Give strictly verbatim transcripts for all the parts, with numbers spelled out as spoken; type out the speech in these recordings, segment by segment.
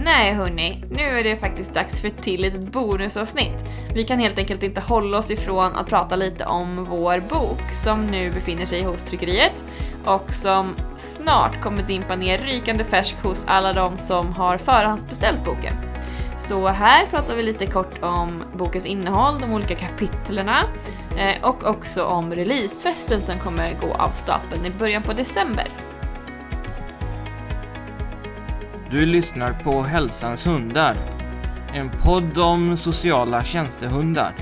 Nej hörni, nu är det faktiskt dags för ett till litet bonusavsnitt. Vi kan helt enkelt inte hålla oss ifrån att prata lite om vår bok som nu befinner sig hos tryckeriet och som snart kommer dimpa ner rykande färsk hos alla de som har förhandsbeställt boken. Så här pratar vi lite kort om bokens innehåll, de olika kapitlerna och också om releasefesten som kommer gå av stapeln i början på december. Du lyssnar på Hälsans hundar, en podd om sociala tjänstehundar.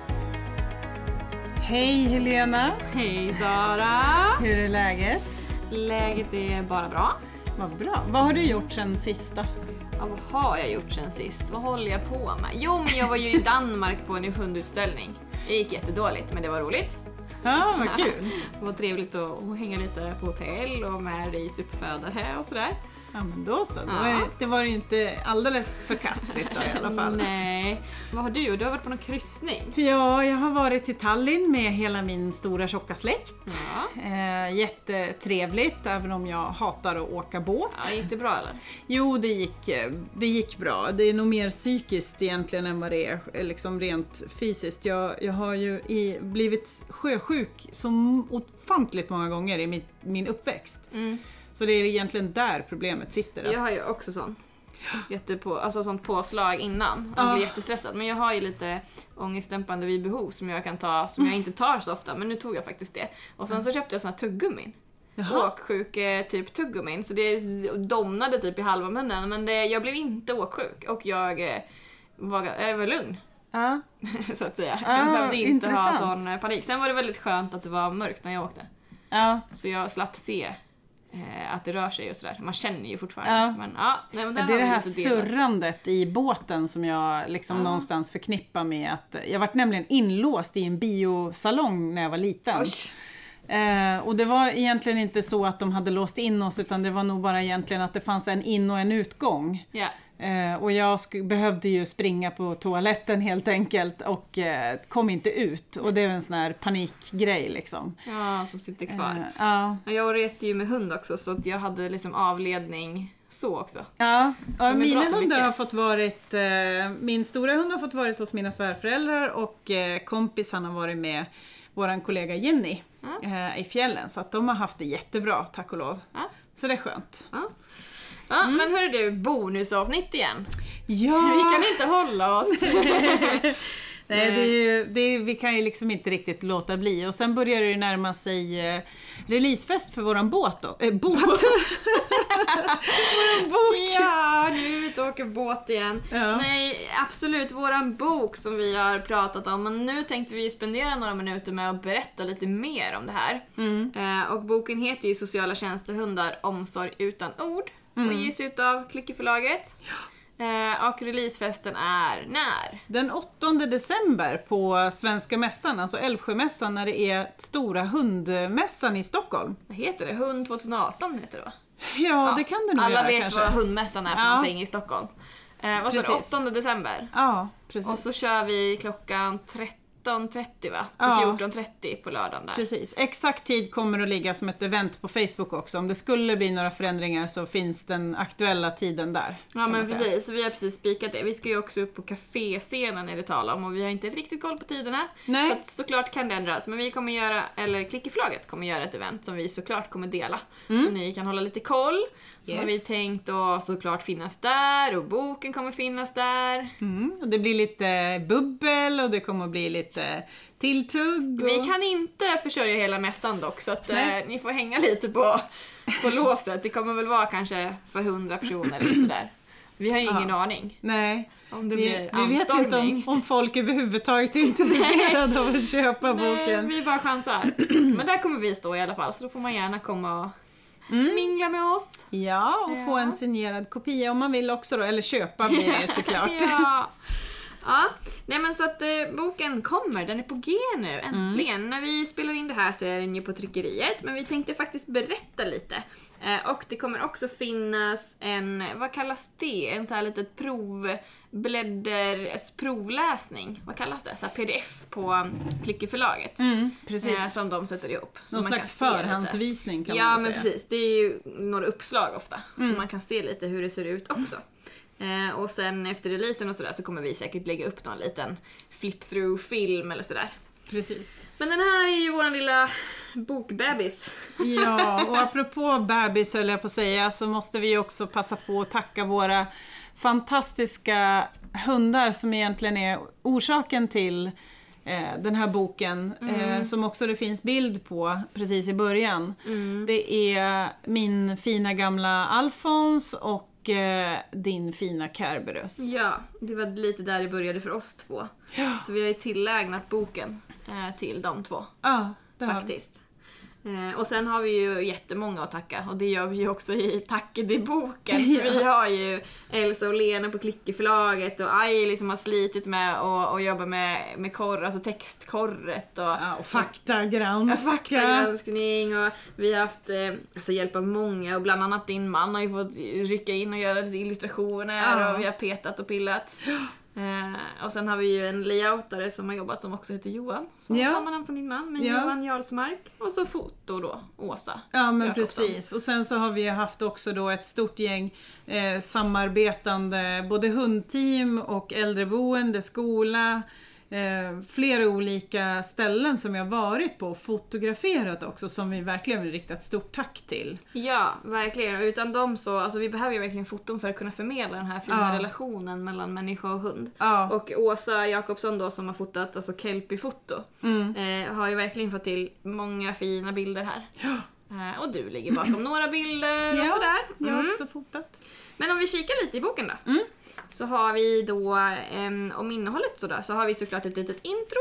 Hej Helena! Hej Sara! Hur är läget? Läget är bara bra. Vad bra. Vad har du gjort sen sista? Ja, vad har jag gjort sen sist? Vad håller jag på med? Jo, men jag var ju i Danmark på en hundutställning. Det gick jättedåligt, men det var roligt. Ja, vad kul. Det var trevligt att, att hänga lite på hotell och med risuppfödare och sådär. Ja, men då så. Då Ja. är det, det var ju inte alldeles förkastligt då, i alla fall. Nej. Vad har du gjort? Du har varit på någon kryssning. Ja, jag har varit i Tallinn med hela min stora tjocka släkt. Ja. Eh, jättetrevligt, även om jag hatar att åka båt. Ja, gick det bra eller? Jo, det gick, det gick bra. Det är nog mer psykiskt egentligen än vad det är liksom rent fysiskt. Jag, jag har ju i, blivit sjösjuk så ofantligt många gånger i min, min uppväxt. Mm. Så det är egentligen där problemet sitter. Att... Jag har ju också sån. Jättepå, alltså sånt påslag innan. Man Ja. blir jättestressad. Men jag har ju lite ångestdämpande vid behov som jag kan ta, som jag inte tar så ofta. Men nu tog jag faktiskt det. Och sen så köpte jag såna tuggummin. Jaha. Åksjuk typ tuggummin. Så det domnade typ i halva munnen. Men det, jag blev inte åksjuk. Och jag eh, var, jag var lugn. Ja. Så att säga. Ah, Jag behövde inte intressant. ha sån panik. Sen var det väldigt skönt att det var mörkt när jag åkte. Ja. Så jag slapp se eh, att det rör sig och sådär. Man känner ju fortfarande. Ja. Men, ja, nej, men Det är har det vi här lite delat. surrandet i båten som jag liksom Ja. någonstans förknippar med att jag var nämligen inlåst i en biosalong när jag var liten. Oj. Eh, och det var egentligen inte så att de hade låst in oss, utan det var nog bara egentligen att det fanns en in- och en utgång. Ja. Eh, och jag sk- behövde ju springa på toaletten helt enkelt och eh, kom inte ut. Och det är en sån här panikgrej liksom. Ja, som sitter kvar. Eh, ja. Och jag reste ju med hund också, så att jag hade liksom avledning så också. Ja, De är och bra mina till hundar mycket. har fått varit, eh, min stora hund har fått varit hos mina svärföräldrar och eh, kompisen har varit med våran kollega Jenny eh, i fjällen. Så att de har haft det jättebra, tack och lov. Ja. Så det är skönt. Ja, ja men hörru du, bonusavsnitt igen. Ja! Vi kan inte hålla oss. Nej, det är ju, det är, vi kan ju liksom inte riktigt låta bli. Och sen börjar det ju närma sig eh, releasefest för våran båt då. Äh, båt! Våran bok! Ja, nu är vi ute och åker båt igen. Ja. Nej, absolut, våran bok som vi har pratat om. Men nu tänkte vi spendera några minuter med att berätta lite mer om det här. Mm. Eh, och boken heter ju Sociala tjänstehundar, omsorg utan ord. Och ges ut av Klickeförlaget. Eh, och releasefesten är när? Den åttonde december på Svenska mässan, alltså Älvsjömässan, när det är stora hundmässan i Stockholm. Vad heter det? Hund tjugoarton heter det va? Ja, det kan det nog Alla göra vet kanske. vad hundmässan är för Ja. någonting i Stockholm. Eh, vad sa du? Precis. åttonde december. Ja, precis. Och så kör vi klockan tretton trettio va? Till Ja. fjorton trettio på lördagen där. Precis. Exakt tid kommer att ligga som ett event på Facebook också. Om det skulle bli några förändringar så finns den aktuella tiden där. Ja kan men man säga. precis, vi har precis spikat det. Vi ska ju också upp på kaféscenen är det tal om och vi har inte riktigt koll på tiderna. Nej. Så att såklart kan det ändras. Men vi kommer göra, eller Klickeförlaget kommer göra ett event som vi såklart kommer dela. Så ni kan hålla lite koll. Så Yes. har vi tänkt att såklart finnas där och boken kommer finnas där. Mm, och det blir lite bubbel och det kommer att bli lite tilltugg. Och... Vi kan inte försörja hela mässan dock så att eh, Nej. ni får hänga lite på, på låset. Det kommer väl vara kanske för hundra personer eller sådär. Vi har ju ingen Ja. aning Nej, om det vi, blir vi vet inte anstormning. om, om folk överhuvudtaget är intresserade av att köpa Nej, boken. vi bara chansar. Men där kommer vi stå i alla fall så då får man gärna komma och mingla med oss. Ja, och Ja. få en signerad kopia om man vill också då, eller köpa blir det såklart. Ja. Ja, nej men så att eh, boken kommer, den är på G nu, äntligen. Mm. När vi spelar in det här så är den ju på tryckeriet, men vi tänkte faktiskt berätta lite. Eh, och det kommer också finnas en, vad kallas det? En så här litet provblädder, provläsning, vad kallas det? Så här P D F på Klickeförlaget. Mm, precis. Eh, som de sätter ihop. Så Någon man slags kan se förhandsvisning lite. kan Ja, man väl men säga. precis. Det är ju några uppslag ofta. Så man kan se lite hur det ser ut också. Eh, och sen efter releasen och sådär så kommer vi säkert lägga upp någon liten flip-through-film eller sådär. Precis. Men den här är ju våran lilla bokbebis. Ja, och apropå bebis höll jag på att säga, så måste vi också passa på att tacka våra fantastiska hundar som egentligen är orsaken till eh, den här boken. Mm. Eh, som också det finns bild på precis i början. Mm. Det är min fina gamla Alfons och eh, din fina Kerberus. Ja, det var lite där det började för oss två. Ja. Så vi har ju tillägnat boken eh, till de två. Ja, det faktiskt. Eh, och sen har vi ju jättemånga att tacka, och det gör vi ju också i tacket i boken. Ja. Vi har ju Elsa och Lena på Klickeförlaget och Aili som har slitit med och, och jobbar med, med korr, alltså textkorret och, ja, och faktagransk. och faktagranskning, och vi har haft eh, alltså hjälp av många, och bland annat din man har ju fått rycka in och göra lite illustrationer. Ja. Och vi har petat och pillat. Eh, och sen har vi ju en layoutare som har jobbat som också heter Johan, som ja. samma namn som din man, men ja. Johan Jarlsmark. Och så foto då, Åsa. Ja, men Jakobsson. Precis. Och sen så har vi haft också då ett stort gäng eh, samarbetande, både hundteam och äldreboende, skola, eh, flera olika ställen som jag varit på och fotograferat också, som vi verkligen vill rikta ett stort tack till. Ja, verkligen. Utan dem så, alltså vi behöver ju verkligen foton för att kunna förmedla den här fina ja. relationen mellan människa och hund. Ja. Och Åsa Jakobsson då, som har fotat, alltså Kelpie-foto, mm. eh, har ju verkligen fått till många fina bilder här. Ja. Eh, och du ligger bakom några bilder ja, och sådär. Mm. Jag har också fotat. Men om vi kikar lite i boken då. Mm. Så har vi då, eh, om innehållet sådär, så har vi såklart ett litet intro.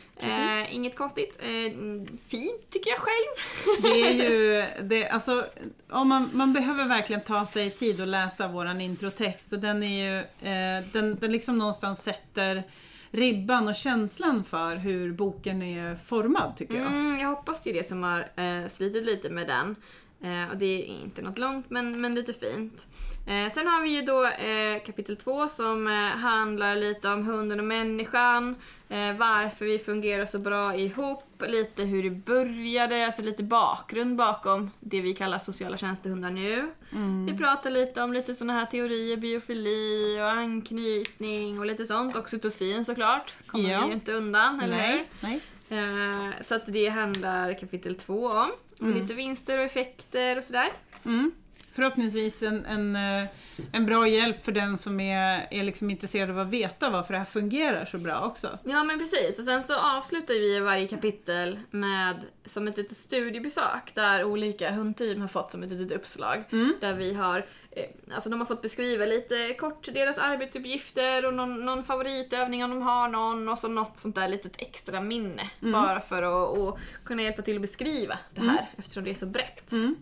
Eh, inget konstigt. Eh, fint tycker jag själv. Det är ju, det, alltså, om man, man behöver verkligen ta sig tid att läsa våran introtext. Och den är ju, eh, den, den liksom någonstans sätter ribban och känslan för hur boken är formad, tycker jag. Mm, jag hoppas ju det som har eh, slitit lite med den. Eh, och det är inte något långt, men, men lite fint. Eh, sen har vi ju då eh, kapitel två som eh, handlar lite om hunden och människan. Eh, varför vi fungerar så bra ihop. Lite hur det började, alltså lite bakgrund bakom det vi kallar sociala tjänstehundar nu. Mm. Vi pratar lite om lite såna här teorier, biofili och anknytning och lite sånt. Oxytocin såklart, kommer ja. vi ju inte undan, eller Nej, nej. Eh, så att det handlar kapitel två om. Och mm. lite vinster och effekter och sådär. Mm. Förhoppningsvis en, en, en bra hjälp för den som är, är liksom intresserad av att veta varför det här fungerar så bra också. Ja, men precis. Och sen så avslutar vi varje kapitel med som ett litet studiebesök där olika hundteam har fått som ett litet uppslag. Mm. Där vi har, eh, alltså de har fått beskriva lite kort deras arbetsuppgifter och någon, någon favoritövning om de har någon, och så något sånt där litet extra minne. Mm. Bara för att och kunna hjälpa till att beskriva det här, mm. eftersom det är så brett. Mm.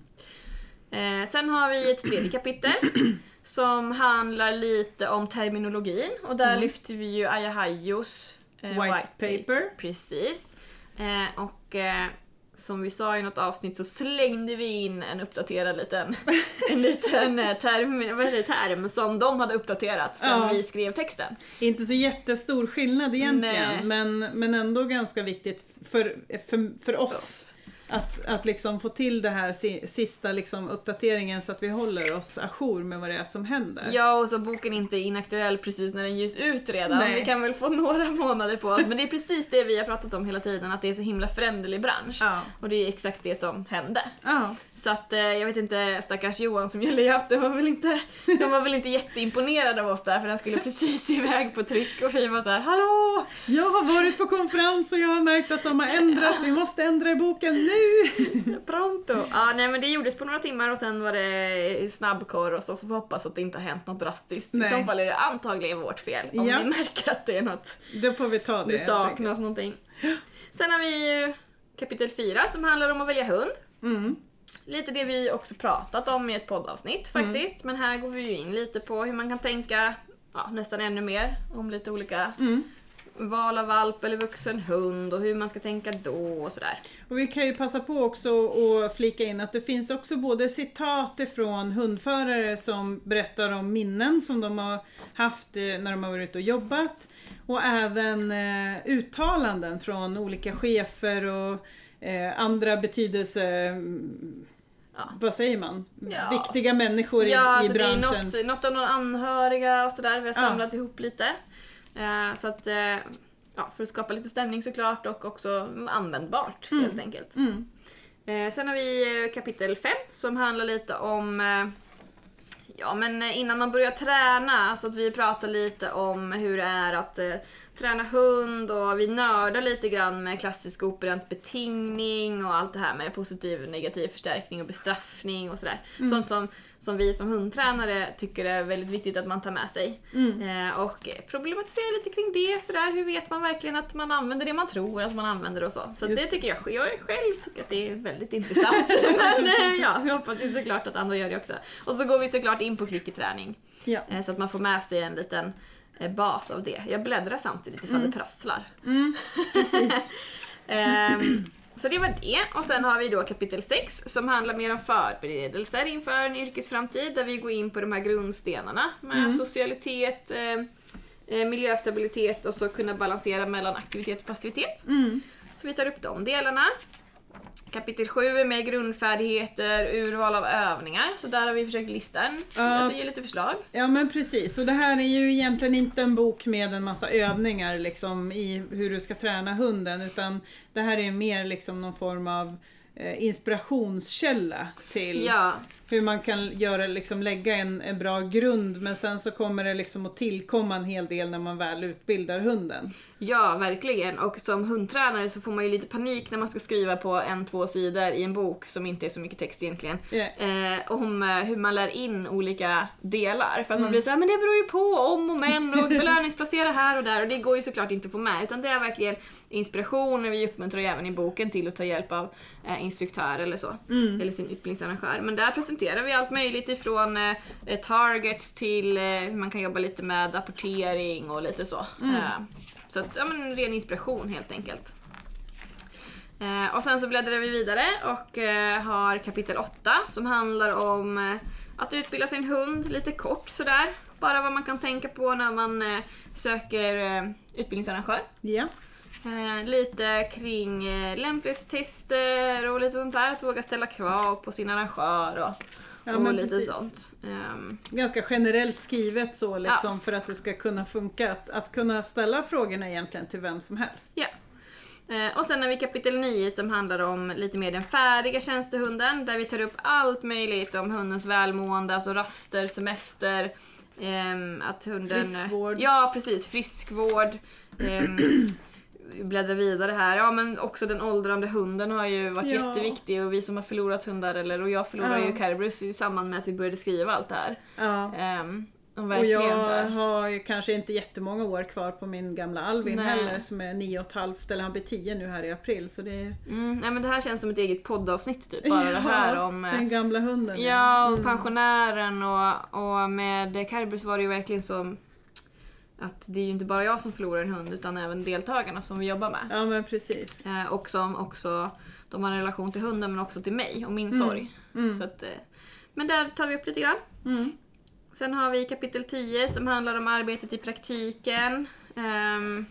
Eh, sen har vi ett tredje kapitel som handlar lite om terminologin, och där mm. lyfter vi ju Ayahayos eh, white, white paper. paper. Precis. Eh, och eh, som vi sa i något avsnitt så slängde vi in en uppdaterad liten, en liten term, vad heter det, term som de hade uppdaterat sen ja. vi skrev texten. Inte så jättestor skillnad egentligen, men, men ändå ganska viktigt för, för, för oss. Att, att liksom få till det här sista liksom uppdateringen så att vi håller oss ajour med vad det är som händer. Ja, och så boken inte är inaktuell precis när den ges ut redan. Nej. Vi kan väl få några månader på oss. Men det är precis det vi har pratat om hela tiden, att det är så himla föränderlig bransch. Ja. Och det är exakt det som hände. Ja. Så att jag vet inte, stackars Johan som gör layout, de var väl inte, de var väl inte jätteimponerade av oss där, för den skulle precis iväg på tryck och vi var så här: hallå! Jag har varit på konferens och jag har märkt att de har ändrat, vi måste ändra i boken nu! Pronto. Ja, nej, men det gjordes på några timmar och sen var det snabbkorr, och så får vi hoppas att det inte har hänt något drastiskt. Nej. I så fall är det antagligen vårt fel om ja. vi märker att det är något. Då får vi ta det. Det saknas någonting. Sen har vi kapitel fyra som handlar om att välja hund. Mm. Lite det vi också pratat om i ett poddavsnitt faktiskt. Mm. Men här går vi ju in lite på hur man kan tänka, ja, nästan ännu mer om lite olika mm. val av valp eller vuxen hund och hur man ska tänka då och sådär. Och vi kan ju passa på också att flika in att det finns också både citat ifrån hundförare som berättar om minnen som de har haft när de har varit ute och jobbat, och även eh, uttalanden från olika chefer och eh, andra betydelse ja. vad säger man? Ja. Viktiga människor i, ja, i alltså branschen. Det är något, något av någon anhöriga och sådär. Vi har samlat ja. ihop lite. Uh, så att, uh, ja, för att skapa lite stämning såklart och också användbart mm. helt enkelt. Mm. Uh, sen har vi kapitel fem som handlar lite om uh, ja, men innan man börjar träna, alltså att vi pratar lite om hur det är att uh, träna hund och vi nördar lite grann med klassisk operant betingning och allt det här med positiv och negativ förstärkning och bestraffning och sådär. Mm. Sånt som, som vi som hundtränare tycker är väldigt viktigt att man tar med sig. Mm. Eh, och problematisera lite kring det sådär. Hur vet man verkligen att man använder det man tror att man använder och så. Så det tycker jag, jag själv tycker att det är väldigt intressant. Men eh, ja, jag hoppas ju såklart att andra gör det också. Och så går vi såklart in på klickträning. Ja. Eh, så att man får med sig en liten bas av det. Jag bläddrar samtidigt ifall mm. det prasslar. Mm, precis. um, så det var det. Och sen har vi då kapitel sex som handlar mer om förberedelser inför en yrkesframtid där vi går in på de här grundstenarna med mm. socialitet, eh, miljöstabilitet och så kunna balansera mellan aktivitet och passivitet. Mm. Så vi tar upp de delarna. Kapitel sju är med grundfärdigheter, urval av övningar. Så där har vi försökt lista en, uh, alltså ge lite förslag. Ja men precis, och det här är ju egentligen inte en bok med en massa övningar liksom, i hur du ska träna hunden. Utan det här är mer liksom någon form av eh, inspirationskälla till ja. hur man kan göra, liksom, lägga en, en bra grund. Men sen så kommer det liksom att tillkomma en hel del när man väl utbildar hunden. Ja, verkligen. Och som hundtränare så får man ju lite panik när man ska skriva på en, två sidor i en bok som inte är så mycket text egentligen. Yeah. Eh, om eh, hur man lär in olika delar. För att mm. man blir så här, men det beror ju på om och men och belöningsplacera här och där. Och det går ju såklart inte att få med. Utan det är verkligen inspiration och vi uppmuntrar ju även i boken till att ta hjälp av eh, instruktör eller så. Mm. Eller sin utbildningsarrangör. Men där presenterar vi allt möjligt ifrån eh, targets till eh, hur man kan jobba lite med rapportering och lite så. Mm. Eh, Så att, ja, men ren inspiration helt enkelt. Eh, och sen så bläddrar vi vidare och eh, har kapitel åtta som handlar om eh, att utbilda sin hund lite kort sådär. Bara vad man kan tänka på när man eh, söker eh, utbildningsarrangör. Ja. Eh, lite kring eh, lämplighetstester och lite sånt där. Att våga ställa krav på sin arrangör och Ja, och men lite precis. sånt. Um, Ganska generellt skrivet så liksom, ja. för att det ska kunna funka. Att, att kunna ställa frågorna egentligen till vem som helst. Ja. Uh, och sen har vi kapitel nio som handlar om lite mer den färdiga tjänstehunden. Där vi tar upp allt möjligt om hundens välmående, alltså raster, semester. Um, att hunden, friskvård. Ja, precis. Friskvård. Um, bläddra vidare här. Ja, men också den åldrande hunden har ju varit ja. jätteviktig och vi som har förlorat hundar eller och jag förlorade ja. ju Kerberus i samband med att vi började skriva allt det här. Ja. Um, och, och jag har ju kanske inte jättemånga år kvar på min gamla Alvin Nej. heller som är nio och ett halvt eller han blir tio nu här i april så det är... mm, nej, men det här känns som ett eget poddavsnitt typ bara ja, det här om den gamla hunden. Ja, och mm. pensionären och, och med Kerberus var det ju verkligen så att det är ju inte bara jag som förlorar en hund utan även deltagarna som vi jobbar med. Ja, men precis. Eh, och som också, de har en relation till hunden men också till mig och min mm. sorg. Mm. Så att, eh, men där tar vi upp lite grann. Mm. Sen har vi kapitel tio som handlar om arbetet i praktiken. Um,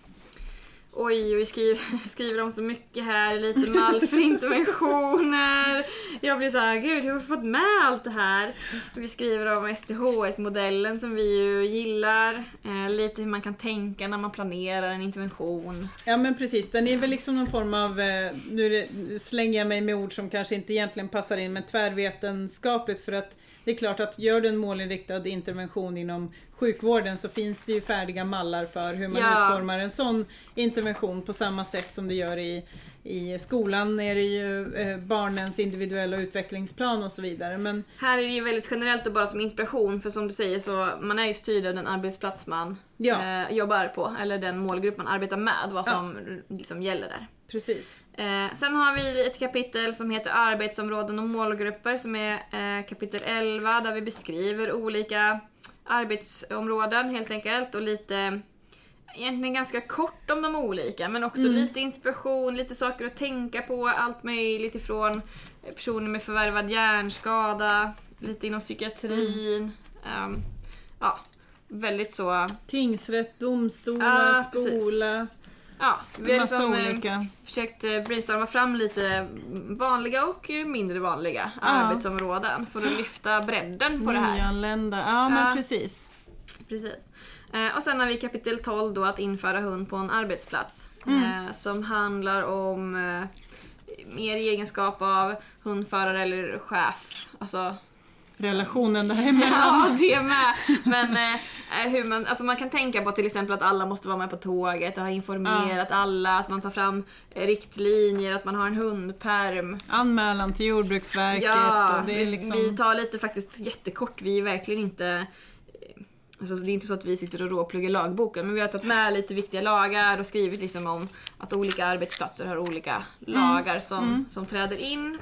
oj, vi skriver, skriver om så mycket här. Lite mall för interventioner. Jag blir så här, gud, hur har vi fått med allt det här? Vi skriver om S T H S-modellen som vi ju gillar. Eh, lite hur man kan tänka när man planerar en intervention. Ja, men precis. Den är väl liksom någon form av, eh, nu, är det, nu slänger jag mig med ord som kanske inte egentligen passar in, men tvärvetenskapligt för att det är klart att gör du en målinriktad intervention inom sjukvården så finns det ju färdiga mallar för hur man ja. utformar en sån intervention på samma sätt som det gör i, i skolan är det ju eh, barnens individuella utvecklingsplan och så vidare. Men här är det ju väldigt generellt och bara som inspiration för som du säger så man är ju styrd av den arbetsplats man ja. eh, jobbar på eller den målgrupp man arbetar med, vad som ja. liksom gäller där. Precis. Eh, sen har vi ett kapitel som heter arbetsområden och målgrupper som är eh, kapitel elva där vi beskriver olika arbetsområden helt enkelt och lite egentligen ganska kort om de olika men också mm. lite inspiration, lite saker att tänka på, allt möjligt ifrån personer med förvärvad hjärnskada, lite inom psykiatrin, mm. um, ja, väldigt så tingsrätt, domstolar, ja, skola. Ja, vi har Massa liksom olika. eh, försökt eh, brainstorma fram lite vanliga och eh, mindre vanliga Ja. arbetsområden för att lyfta bredden på det här. Nyanlända, ja men Ja. precis. Precis. Eh, och sen har vi kapitel tolv då, att införa hund på en arbetsplats. Mm. Eh, som handlar om eh, mer i egenskap av hundförare eller chef. Alltså, Relationen däremellan. ja, det med. Men eh, hur man, alltså man kan tänka på till exempel att alla måste vara med på tåget och ha informerat alla, att man tar fram eh, riktlinjer, att man har en hundperm. Anmälan till Jordbruksverket. Ja, och det är liksom... vi tar lite faktiskt jättekort, vi är verkligen inte... Alltså det är inte så att vi sitter och råpluggar lagboken, men vi har tagit med lite viktiga lagar och skrivit liksom om att olika arbetsplatser har olika lagar som, Mm. som träder in.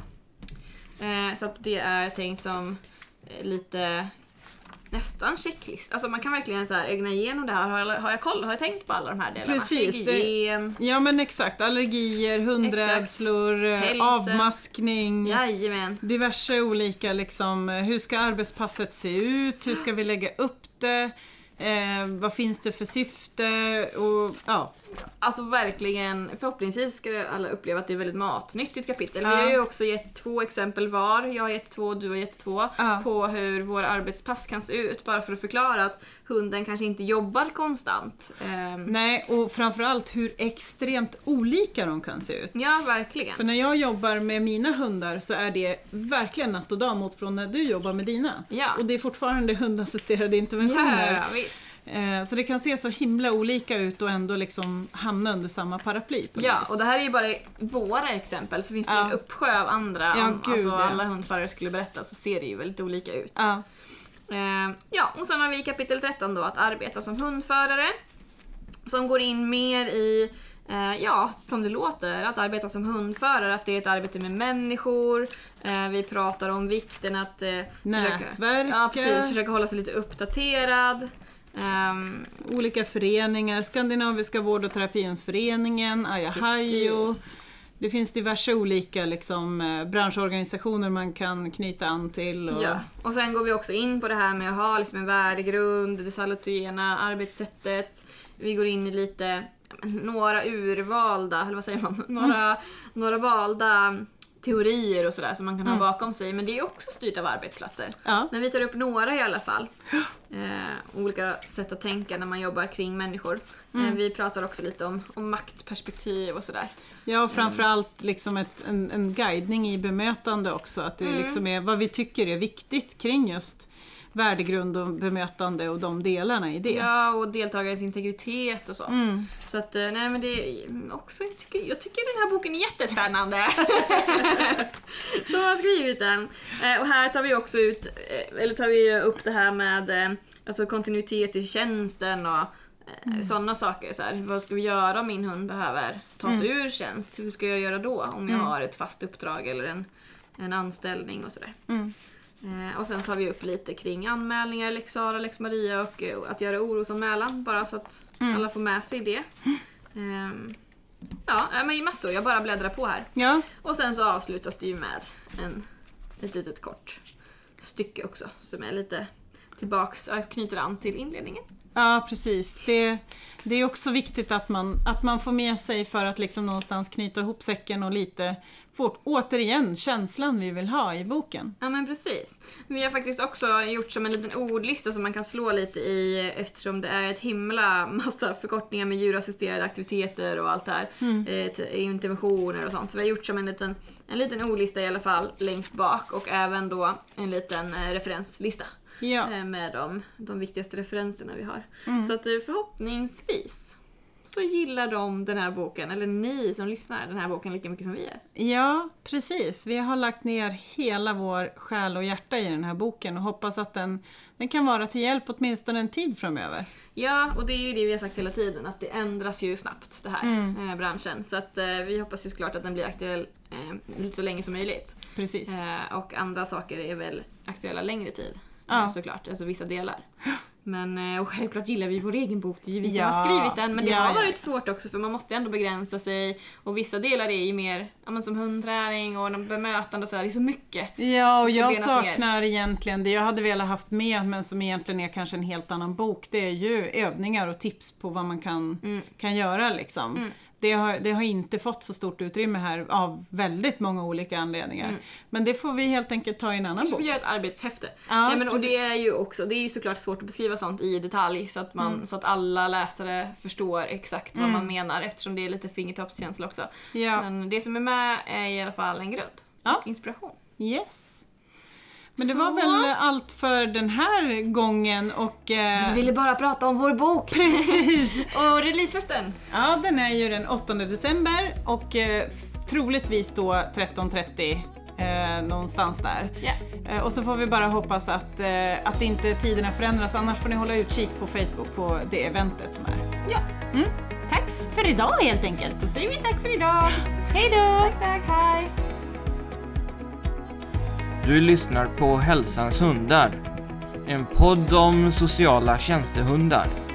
Eh, så att det är tänkt som eh, lite nästan checklist. Alltså man kan verkligen så här ögna igenom det här. Har jag, har jag koll? Har jag tänkt på alla de här delarna? Precis, det- Hygien. Ja men exakt, allergier, hundrädslor, eh, Hälsa. avmaskning. Jajamän. Diverse olika liksom, eh, hur ska arbetspasset se ut, hur ska vi lägga upp det, eh, vad finns det för syfte och ja. Alltså verkligen, förhoppningsvis ska alla uppleva att det är väldigt matnyttigt kapitel. Ja. Vi har ju också gett två exempel var, jag har gett två, du har gett två, Ja. på hur våra arbetspass kan se ut. Bara för att förklara att hunden kanske inte jobbar konstant. Ehm, Nej, och framförallt hur extremt olika de kan se ut. ja, verkligen. För när jag jobbar med mina hundar så är det verkligen natt och dag mot från när du jobbar med dina. Ja. Och det är fortfarande hundassisterade interventioner. Ja, visst. Eh, Så det kan se så himla olika ut och ändå liksom hamna under samma paraply på något Ja, vis. och det här är ju bara våra exempel, så finns det ju Ja. en uppsjö av andra. Ja, Om gud, alltså, ja. alla hundförare skulle berätta så ser det ju väldigt olika ut. Ja. Eh, ja, och sen har vi kapitel tretton då, att arbeta som hundförare. Som går in mer i, eh, ja, som det låter, att arbeta som hundförare. Att det är ett arbete med människor. Eh, vi pratar om vikten att eh, försöka, Nätverka. ja, precis, försöka hålla sig lite uppdaterad. Ehm, Olika föreningar, Skandinaviska vård- och terapihundsföreningen, Ayahayo. precis. Det finns diverse olika liksom, eh, branschorganisationer man kan knyta an till. Och... Ja, och sen går vi också in på det här med att ha liksom en värdegrund, det salutogena arbetssättet. Vi går in i lite, ja, men några urvalda, eller vad säger man, några, några valda teorier och sådär som man kan Mm. ha bakom sig. Men det är också styrt av arbetsplatser. Ja. Men vi tar upp några i alla fall. Eh, olika sätt att tänka när man jobbar kring människor. Mm. Eh, vi pratar också lite om, om maktperspektiv och sådär. Ja, och framförallt liksom ett, en, en guidning i bemötande också. Att det Mm. liksom är vad vi tycker är viktigt kring just värdegrund och bemötande och de delarna i det. Ja, och deltagares integritet och så. Mm. Så att, nej men det är också, jag tycker, jag tycker den här boken är jättespännande. Så har jag skrivit den. Eh, och här tar vi också ut, eh, eller tar vi upp det här med eh, alltså kontinuitet i tjänsten och eh, Mm. sådana saker. Så här, vad ska vi göra om min hund behöver ta sig ur tjänst? Hur ska jag göra då om jag Mm. har ett fast uppdrag eller en, en anställning och sådär. Mm. Eh, och sen tar vi upp lite kring anmälningar, Lex Sara, Lex Maria och eh, att göra orosanmälan, bara så att Mm. alla får med sig det. Ehm, ja, äh, men massor, jag bara bläddrar på här. Ja, Och sen så avslutas det ju med en, ett litet kort stycke också som är lite tillbaks, äh, knyter an till inledningen. ja, precis. Det, det är också viktigt att man, att man får med sig för att liksom någonstans knyta ihop säcken och lite få återigen känslan vi vill ha i boken. Ja men precis. Vi har faktiskt också gjort som en liten ordlista som man kan slå lite i, eftersom det är ett himla massa förkortningar med djurassisterade aktiviteter och allt det här. Mm. Eh, t- interventioner och sånt. Så vi har gjort som en liten, en liten ordlista i alla fall längst bak och även då en liten eh, referenslista. Ja. eh, Med de, de viktigaste referenserna vi har. Mm. Så att eh, förhoppningsvis så gillar de den här boken, eller ni som lyssnar den här boken lika mycket som vi är. Ja, precis. Vi har lagt ner hela vår själ och hjärta i den här boken och hoppas att den, den kan vara till hjälp åtminstone en tid framöver. Ja, och det är ju det vi har sagt hela tiden, att det ändras ju snabbt det här, Mm. eh, branschen. Så att eh, vi hoppas ju såklart att den blir aktuell eh, lite så länge som möjligt. Precis. Eh, och andra saker är väl aktuella längre tid, Ja. eh, såklart, alltså vissa delar. Men eh, och självklart gillar vi vår egen bok, det är ju vi som Ja. har skrivit den. Men det Ja, har ja, varit ja. svårt också för man måste ändå begränsa sig. Och vissa delar är ju mer, ja, men som hundträning och de bemötande och sådär, det är så mycket. Ja, och ska jag benas ner. saknar egentligen det jag hade velat haft med, men som egentligen är kanske en helt annan bok. Det är ju övningar och tips på vad man kan, Mm. kan göra liksom. Mm. Det har, det har inte fått så stort utrymme här av väldigt många olika anledningar. Mm. Men det får vi helt enkelt ta i en annan Kanske bok. vi gör ett arbetshäfte. Ja, ja, men, och det är ju också, det är ju såklart svårt att beskriva sånt i detalj så att, man, mm. så att alla läsare förstår exakt vad mm. man menar eftersom det är lite fingertoppskänsla också. Ja. Men det som är med är i alla fall en grund ja. och inspiration. Yes. Men det så. var väl allt för den här gången och... Eh... Vi ville bara prata om vår bok. Precis. Och releasefesten. Ja, den är ju den åttonde december och eh, troligtvis då tretton trettio eh, någonstans där. Yeah. Eh, och så får vi bara hoppas att, eh, att inte tiderna förändras, annars får ni hålla utkik på Facebook på det eventet som är. Ja. Mm. Tack för idag helt enkelt. Då säger vi tack för idag. Hej då. Tack, tack, hej. Du lyssnar på Hälsans hundar, en podd om sociala tjänstehundar.